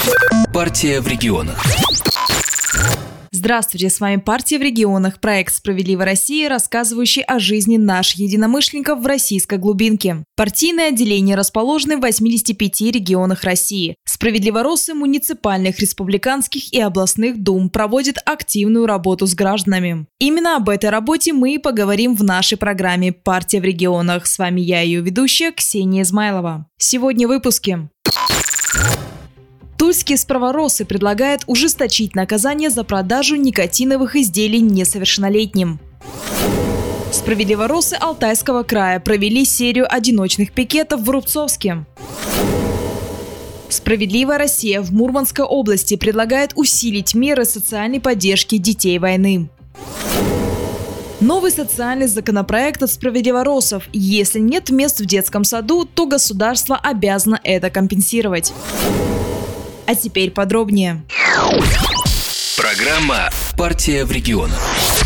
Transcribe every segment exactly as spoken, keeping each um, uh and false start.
Партия в регионах. Здравствуйте, с вами «Партия в регионах», проект «Справедливая Россия», рассказывающий о жизни наших единомышленников в российской глубинке. Партийные отделения расположены в восьмидесяти пяти регионах России. Справедливоросы муниципальных, республиканских и областных дум проводят активную работу с гражданами. Именно об этой работе мы и поговорим в нашей программе «Партия в регионах». С вами я, ее ведущая, Ксения Измайлова. Сегодня в выпуске. Тульские справоросы предлагают ужесточить наказание за продажу никотиновых изделий несовершеннолетним. Справедливоросы Алтайского края провели серию одиночных пикетов в Рубцовске. Справедливая Россия в Мурманской области предлагает усилить меры социальной поддержки детей войны. Новый социальный законопроект от справедливоросов. Если нет мест в детском саду, то государство обязано это компенсировать. А теперь подробнее. Программа «Партия в регионах».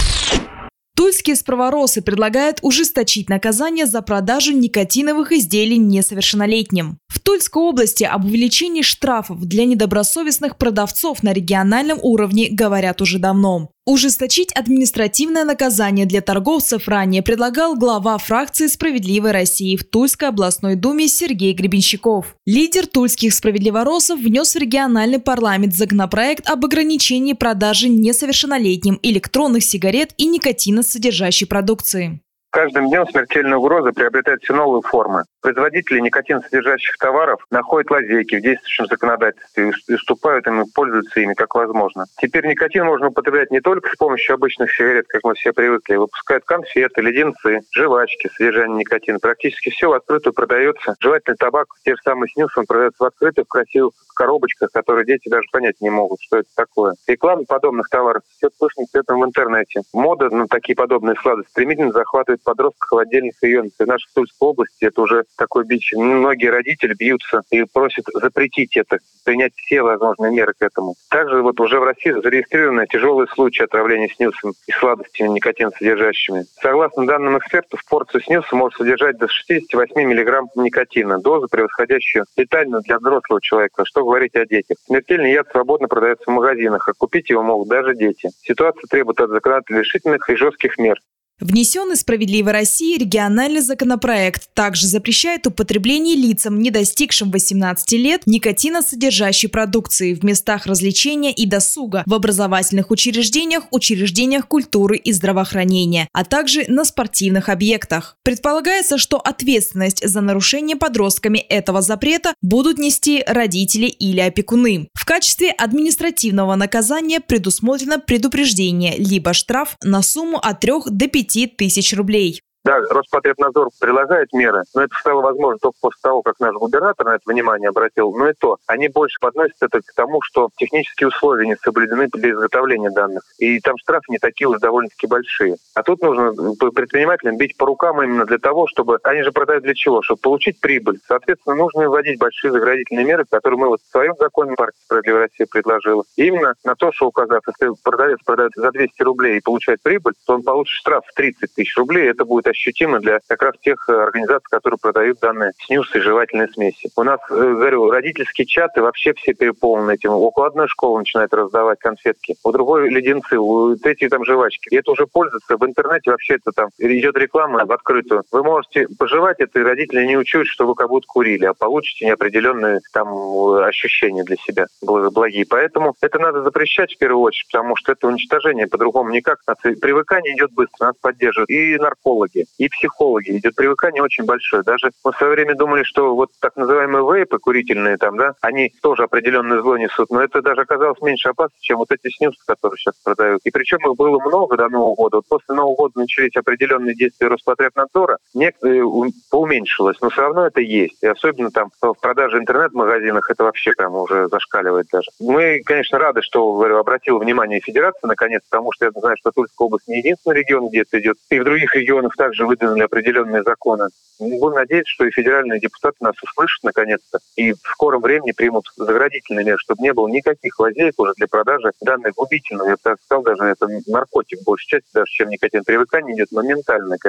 Тульские справоросы предлагают ужесточить наказание за продажу никотиновых изделий несовершеннолетним. В Тульской области об увеличении штрафов для недобросовестных продавцов на региональном уровне говорят уже давно. Ужесточить административное наказание для торговцев ранее предлагал глава фракции «Справедливой России» в Тульской областной думе Сергей Гребенщиков. Лидер тульских справедливоросов внес в региональный парламент законопроект об ограничении продажи несовершеннолетним электронных сигарет и никотиносодержащей продукции. Каждым днем смертельная угроза приобретает все новые формы. Производители никотиносодержащих товаров находят лазейки в действующем законодательстве и уступают им и пользуются ими как возможно. Теперь никотин можно употреблять не только с помощью обычных сигарет, как мы все привыкли. Выпускают конфеты, леденцы, жвачки, содержание никотина. Практически все в открытую продается. Жевательный табак, те же самые снюс, он продается в открытых, красивых коробочках, которые дети даже понять не могут, что это такое. Реклама подобных товаров цветет пышным цветом в интернете. Мода на такие подобные сладости стремительно захватывает подростков в отдельных районах. И в нашей Тульской области это уже такой бич. Многие родители бьются и просят запретить это, принять все возможные меры к этому. Также вот уже в России зарегистрированы тяжелые случаи отравления снюсом и сладостями никотиносодержащими. Согласно данным экспертов, порция снюса может содержать до шестидесяти восьми миллиграмм никотина, дозу, превосходящую летальную для взрослого человека. Что говорить о детях? Смертельный яд свободно продается в магазинах, а купить его могут даже дети. Ситуация требует от законодателей решительных и жестких мер. Внесенный «Справедливой России» региональный законопроект также запрещает употребление лицам, не достигшим восемнадцати лет, никотиносодержащей продукции в местах развлечения и досуга, в образовательных учреждениях, учреждениях культуры и здравоохранения, а также на спортивных объектах. Предполагается, что ответственность за нарушение подростками этого запрета будут нести родители или опекуны. В качестве административного наказания предусмотрено предупреждение либо штраф на сумму от трёх до пяти тысяч рублей. Да, Роспотребнадзор прилагает меры, но это стало возможно только после того, как наш губернатор на это внимание обратил. Но и то, они больше подносят это к тому, что технические условия не соблюдены для изготовления данных. И там штрафы не такие уж довольно-таки большие. А тут нужно предпринимателям бить по рукам именно для того, чтобы... Они же продают для чего? Чтобы получить прибыль. Соответственно, нужно вводить большие заградительные меры, которые мы вот в своем законе партия «Справедливая Россия» предложила. Именно на то, что указав, если продавец продает за двести рублей и получает прибыль, то он получит штраф в тридцать тысяч рублей. Это будет ощутимо для как раз тех организаций, которые продают данные снюсы и жевательные смеси. У нас, говорю, родительские чаты вообще все переполнены этим. Около одной школы начинают раздавать конфетки, у другой леденцы, у третьей там жвачки. И это уже пользуется в интернете, вообще это там идет реклама в открытую. Вы можете пожевать это, и родители не учуют, что вы как будто курили, а получите неопределенные там ощущения для себя благие. Поэтому это надо запрещать в первую очередь, потому что это уничтожение, по-другому никак. Привыкание идет быстро, нас поддерживают и наркологи, и психологи. Идет привыкание очень большое. Даже мы в свое время думали, что вот так называемые вейпы курительные там, да, они тоже определенное зло несут, но это даже оказалось меньше опасно, чем вот эти снюсы, которые сейчас продают. И причем их было много до Нового года. Вот после Нового года начались определенные действия Роспотребнадзора, некоторые поуменьшилось, но все равно это есть. И особенно там в продаже интернет-магазинах это вообще там уже зашкаливает даже. Мы, конечно, рады, что, говорю, обратила внимание Федерация наконец, потому что я знаю, что Тульская область не единственный регион, где это идет. И в других регионах также выдвинули определенные законы. Будем надеяться, что и федеральные депутаты нас услышат наконец-то и в скором времени примут заградительные меры, чтобы не было никаких лазеек уже для продажи данных губительных. Я бы так сказал, даже это наркотик в большей части, даже чем никотин. Привыкание идет моментально к этому.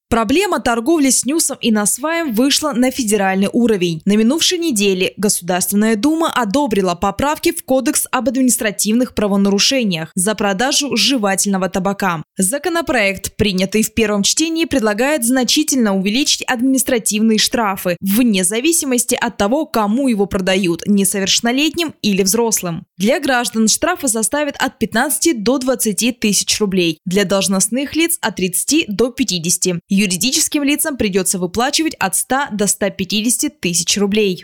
Проблема торговли снюсом и насваем вышла на федеральный уровень. На минувшей неделе Государственная Дума одобрила поправки в Кодекс об административных правонарушениях за продажу жевательного табака. Законопроект, принятый в первом чтении, предлагает значительно увеличить административные штрафы, вне зависимости от того, кому его продают – несовершеннолетним или взрослым. Для граждан штрафы составят от пятнадцати до двадцати тысяч рублей, для должностных лиц – от тридцати до пятидесяти. Юридическим лицам придется выплачивать от ста до ста пятидесяти тысяч рублей.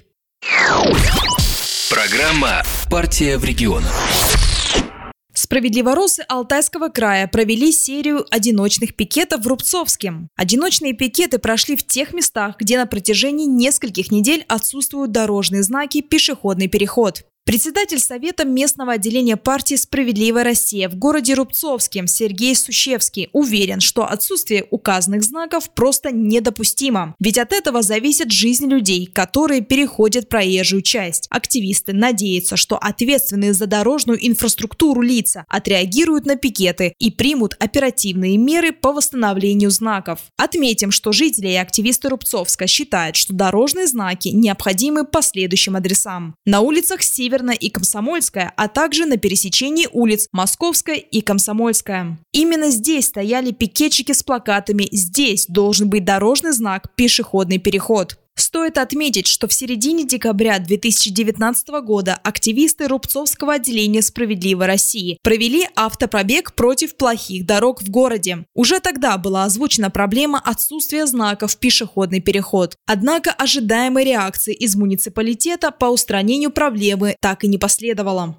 Программа «Партия в регионах». Справедливоросы Алтайского края провели серию одиночных пикетов в Рубцовске. Одиночные пикеты прошли в тех местах, где на протяжении нескольких недель отсутствуют дорожные знаки, пешеходный переход. Председатель Совета местного отделения партии «Справедливая Россия» в городе Рубцовске Сергей Сущевский уверен, что отсутствие указанных знаков просто недопустимо. Ведь от этого зависит жизнь людей, которые переходят проезжую часть. Активисты надеются, что ответственные за дорожную инфраструктуру лица отреагируют на пикеты и примут оперативные меры по восстановлению знаков. Отметим, что жители и активисты Рубцовска считают, что дорожные знаки необходимы по следующим адресам. На улицах Северной и Комсомольская, а также на пересечении улиц Московская и Комсомольская. Именно здесь стояли пикетчики с плакатами «Здесь должен быть дорожный знак «Пешеходный переход». Стоит отметить, что в середине декабря две тысячи девятнадцатого года активисты Рубцовского отделения «Справедливой России» провели автопробег против плохих дорог в городе. Уже тогда была озвучена проблема отсутствия знаков «Пешеходный переход». Однако ожидаемой реакции из муниципалитета по устранению проблемы так и не последовало.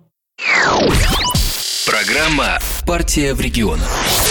Программа «Партия в регионах».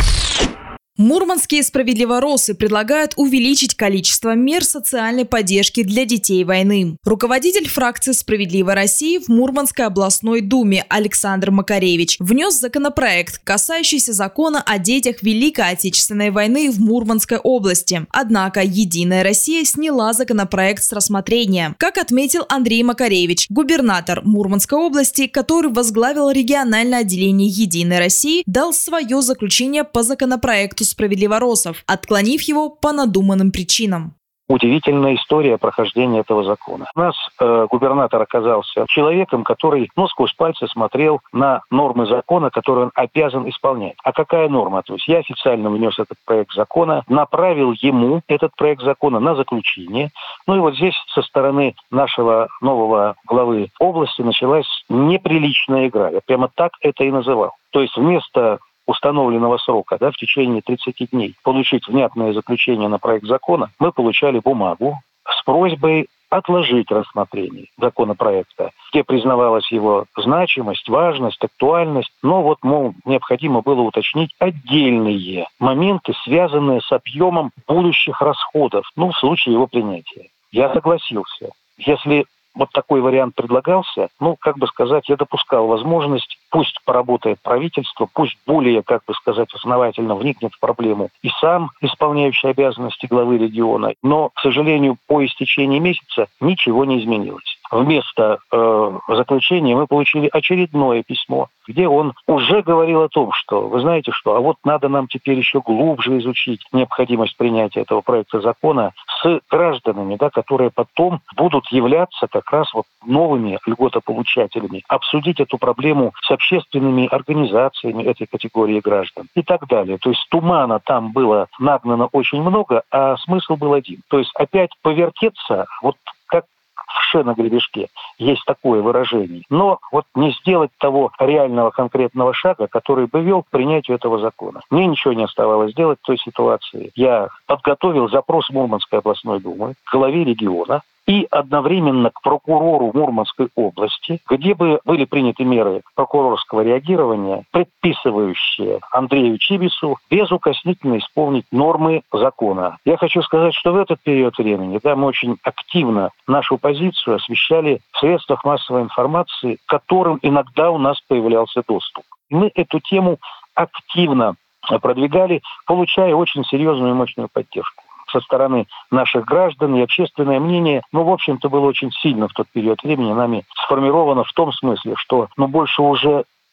Мурманские справедливоросы предлагают увеличить количество мер социальной поддержки для детей войны. Руководитель фракции «Справедливой России» в Мурманской областной думе Александр Макаревич внес законопроект, касающийся закона о детях Великой Отечественной войны в Мурманской области. Однако «Единая Россия» сняла законопроект с рассмотрения. Как отметил Андрей Макаревич, губернатор Мурманской области, который возглавил региональное отделение «Единой России», дал свое заключение по законопроекту справедливоросов, отклонив его по надуманным причинам. Удивительная история прохождения этого закона. У нас э, губернатор оказался человеком, который, ну, сквозь пальцы смотрел на нормы закона, которые он обязан исполнять. А какая норма? То есть я официально внес этот проект закона, направил ему этот проект закона на заключение. Ну и вот здесь со стороны нашего нового главы области началась неприличная игра. Я прямо так это и называл. То есть вместо установленного срока, да, в течение тридцати дней, получить внятное заключение на проект закона, мы получали бумагу с просьбой отложить рассмотрение законопроекта, где признавалась его значимость, важность, актуальность, но вот, мол, необходимо было уточнить отдельные моменты, связанные с объемом будущих расходов, ну, в случае его принятия. Я согласился. Если вот такой вариант предлагался, ну, как бы сказать, я допускал возможность, пусть поработает правительство, пусть более, как бы сказать, основательно вникнет в проблему и сам исполняющий обязанности главы региона, но, к сожалению, по истечении месяца ничего не изменилось. Вместо э, заключения мы получили очередное письмо, где он уже говорил о том, что, вы знаете что, а вот надо нам теперь еще глубже изучить необходимость принятия этого проекта закона с гражданами, да, которые потом будут являться как раз вот новыми льготополучателями, обсудить эту проблему с общественными организациями этой категории граждан и так далее. То есть тумана там было нагнано очень много, а смысл был один. То есть опять повертеться, вот как вше на гребешке, есть такое выражение. Но вот не сделать того реального конкретного шага, который бы вел к принятию этого закона. Мне ничего не оставалось делать в той ситуации. Я подготовил запрос Мурманской областной думы к главе региона и одновременно к прокурору Мурманской области, где бы были приняты меры прокурорского реагирования, предписывающие Андрею Чибису безукоснительно исполнить нормы закона. Я хочу сказать, что в этот период времени, да, мы очень активно нашу позицию освещали в средствах массовой информации, к которым иногда у нас появлялся доступ. И мы эту тему активно продвигали, получая очень серьезную и мощную поддержку со стороны наших граждан, и общественное мнение, ну, в общем-то, было очень сильно в тот период времени нами сформировано в том смысле, что, ну, больше уже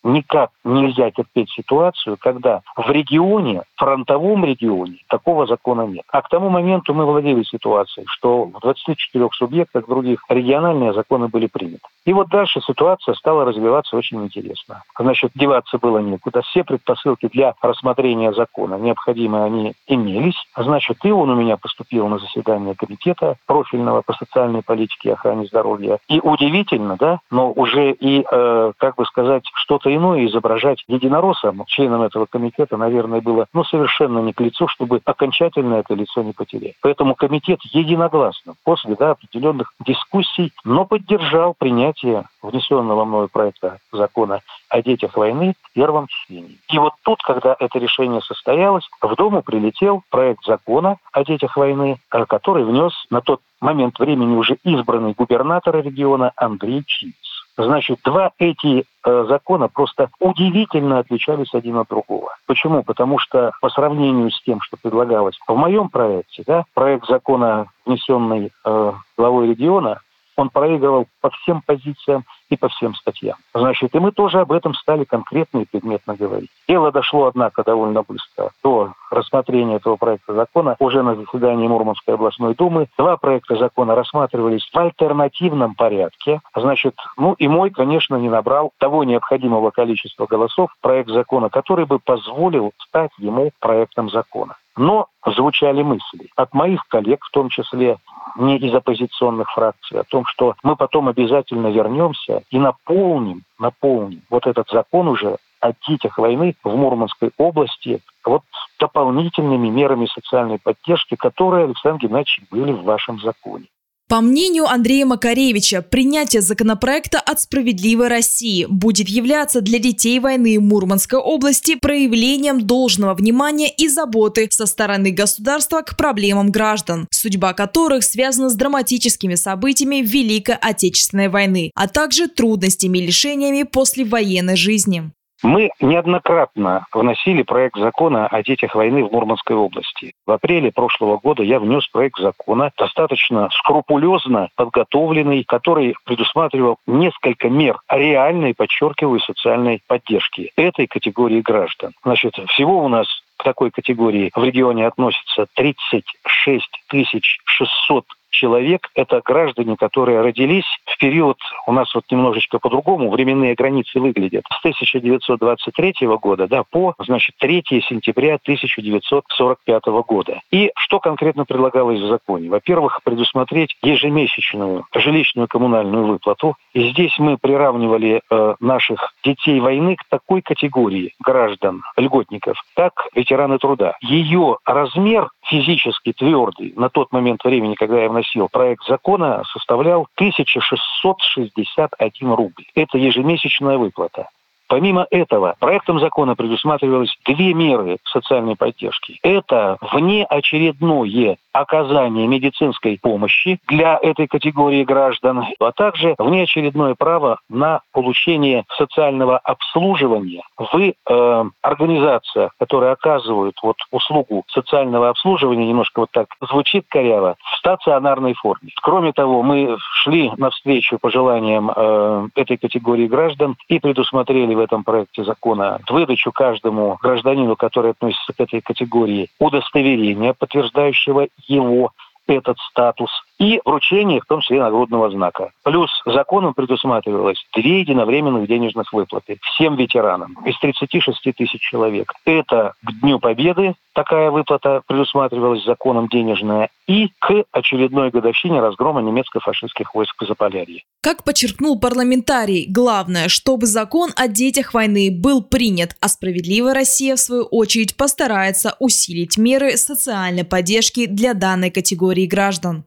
никак нельзя терпеть ситуацию, когда в регионе, фронтовом регионе, такого закона нет. А к тому моменту мы владели ситуацией, что в двадцати четырёх субъектах других региональные законы были приняты. И вот дальше ситуация стала развиваться очень интересно. Значит, деваться было некуда. Все предпосылки для рассмотрения закона необходимые они имелись. Значит, и он у меня поступил на заседание комитета профильного по социальной политике и охране здоровья. И удивительно, да, но уже и, э, как бы сказать, что-то иное изображать единороссом, членом этого комитета, наверное, было ну, совершенно не к лицу, чтобы окончательно это лицо не потерять. Поэтому комитет единогласно, после да, определенных дискуссий, но поддержал принятие внесенного мною проекта закона о детях войны в первом чтении. И вот тут, когда это решение состоялось, в Думу прилетел проект закона о детях войны, который внес на тот момент времени уже избранный губернатор региона Андрей Чибис. Значит, два эти э, закона просто удивительно отличались один от другого. Почему? Потому что по сравнению с тем, что предлагалось в моем проекте, да, проект закона, внесенный э, главой региона, он проигрывал по всем позициям и по всем статьям. Значит, и мы тоже об этом стали конкретно и предметно говорить. Дело дошло, однако, довольно быстро до рассмотрения этого проекта закона уже на заседании Мурманской областной думы. Два проекта закона рассматривались в альтернативном порядке. Значит, ну и мой, конечно, не набрал того необходимого количества голосов проект закона, который бы позволил стать ему проектом закона. Но звучали мысли от моих коллег, в том числе не из оппозиционных фракций, о том, что мы потом обязательно вернемся и наполним, наполним вот этот закон уже о детях войны в Мурманской области вот дополнительными мерами социальной поддержки, которые, Александр Геннадьевич, были в вашем законе. По мнению Андрея Макаревича, принятие законопроекта от «Справедливой России» будет являться для детей войны Мурманской области проявлением должного внимания и заботы со стороны государства к проблемам граждан, судьба которых связана с драматическими событиями Великой Отечественной войны, а также трудностями и лишениями послевоенной жизни. Мы неоднократно вносили проект закона о детях войны в Мурманской области. В апреле прошлого года я внес проект закона, достаточно скрупулезно подготовленный, который предусматривал несколько мер реальной, подчеркиваю, социальной поддержки этой категории граждан. Значит, всего у нас к такой категории в регионе относится тридцать шесть тысяч шестьсот человек. Это граждане, которые родились в период, у нас вот немножечко по-другому, временные границы выглядят, с тысяча девятьсот двадцать третьего года да, по, значит, третьего сентября тысяча девятьсот сорок пятого года. И что конкретно предлагалось в законе? Во-первых, предусмотреть ежемесячную жилищную коммунальную выплату. И здесь мы приравнивали э, наших детей войны к такой категории граждан, льготников, как ветераны труда. Ее размер физически твердый на тот момент времени, когда я вносил проект закона, составлял тысяча шестьсот шестьдесят один рубль. Это ежемесячная выплата. Помимо этого, проектом закона предусматривалось две меры социальной поддержки. Это внеочередное оказание медицинской помощи для этой категории граждан, а также внеочередное право на получение социального обслуживания в э, организациях, которые оказывают вот услугу социального обслуживания, немножко вот так звучит коряво, в стационарной форме. Кроме того, мы шли навстречу пожеланиям э, этой категории граждан и предусмотрели в этом проекте закона выдачу каждому гражданину, который относится к этой категории, удостоверения, подтверждающего его этот статус, и вручение, в том числе, нагрудного знака. Плюс законом предусматривалось две единовременных денежных выплаты всем ветеранам из тридцати шести тысяч человек. Это к Дню Победы такая выплата предусматривалась законом денежная и к очередной годовщине разгрома немецко-фашистских войск в Заполярье. Как подчеркнул парламентарий, главное, чтобы закон о детях войны был принят, а «Справедливая Россия» в свою очередь постарается усилить меры социальной поддержки для данной категории граждан.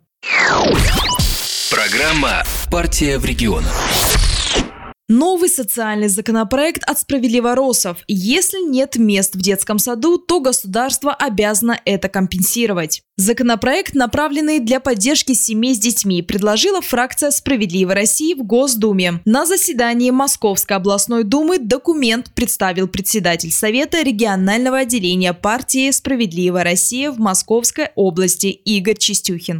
Программа «Партия в регионах». Новый социальный законопроект от «Справедливоросов». Если нет мест в детском саду, то государство обязано это компенсировать. Законопроект, направленный для поддержки семей с детьми, предложила фракция «Справедливой России» в Госдуме. На заседании Московской областной думы документ представил председатель Совета регионального отделения партии «Справедливая Россия» в Московской области Игорь Чистюхин.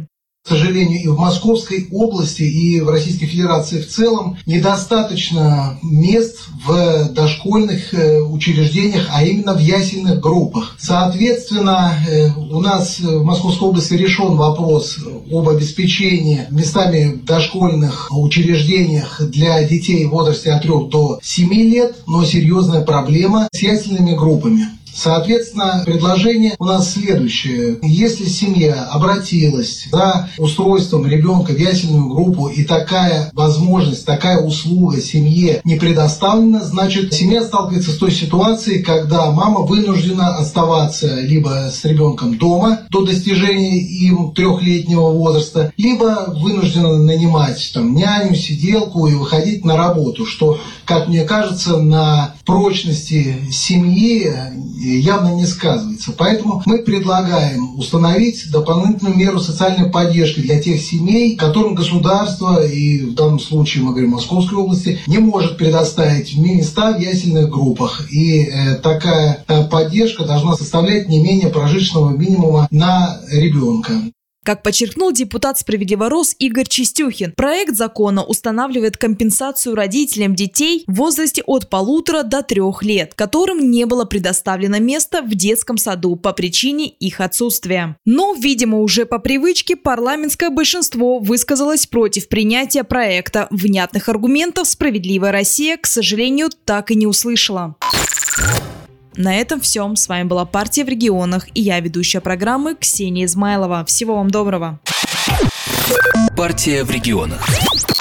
К сожалению, и в Московской области, и в Российской Федерации в целом недостаточно мест в дошкольных учреждениях, а именно в ясельных группах. Соответственно, у нас в Московской области решен вопрос об обеспечении местами в дошкольных учреждениях для детей в возрасте от трёх до семи лет, но серьезная проблема с ясельными группами. Соответственно, предложение у нас следующее. Если семья обратилась за устройством ребенка в ясельную группу и такая возможность, такая услуга семье не предоставлена, значит, семья сталкивается с той ситуацией, когда мама вынуждена оставаться либо с ребенком дома до достижения им трехлетнего возраста, либо вынуждена нанимать там няню, сиделку и выходить на работу, что, как мне кажется, на прочности семьи явно не сказывается. Поэтому мы предлагаем установить дополнительную меру социальной поддержки для тех семей, которым государство, и в данном случае мы говорим о Московской области, не может предоставить места в ясельных группах. И э, такая э, поддержка должна составлять не менее прожиточного минимума на ребенка. Как подчеркнул депутат «Справедливорос» Игорь Чистюхин, проект закона устанавливает компенсацию родителям детей в возрасте от полутора до трех лет, которым не было предоставлено место в детском саду по причине их отсутствия. Но, видимо, уже по привычке парламентское большинство высказалось против принятия проекта. Внятных аргументов «Справедливая Россия», к сожалению, так и не услышала. На этом все. С вами была «Партия в регионах» и я, ведущая программы Ксения Измайлова. Всего вам доброго. «Партия в регионах».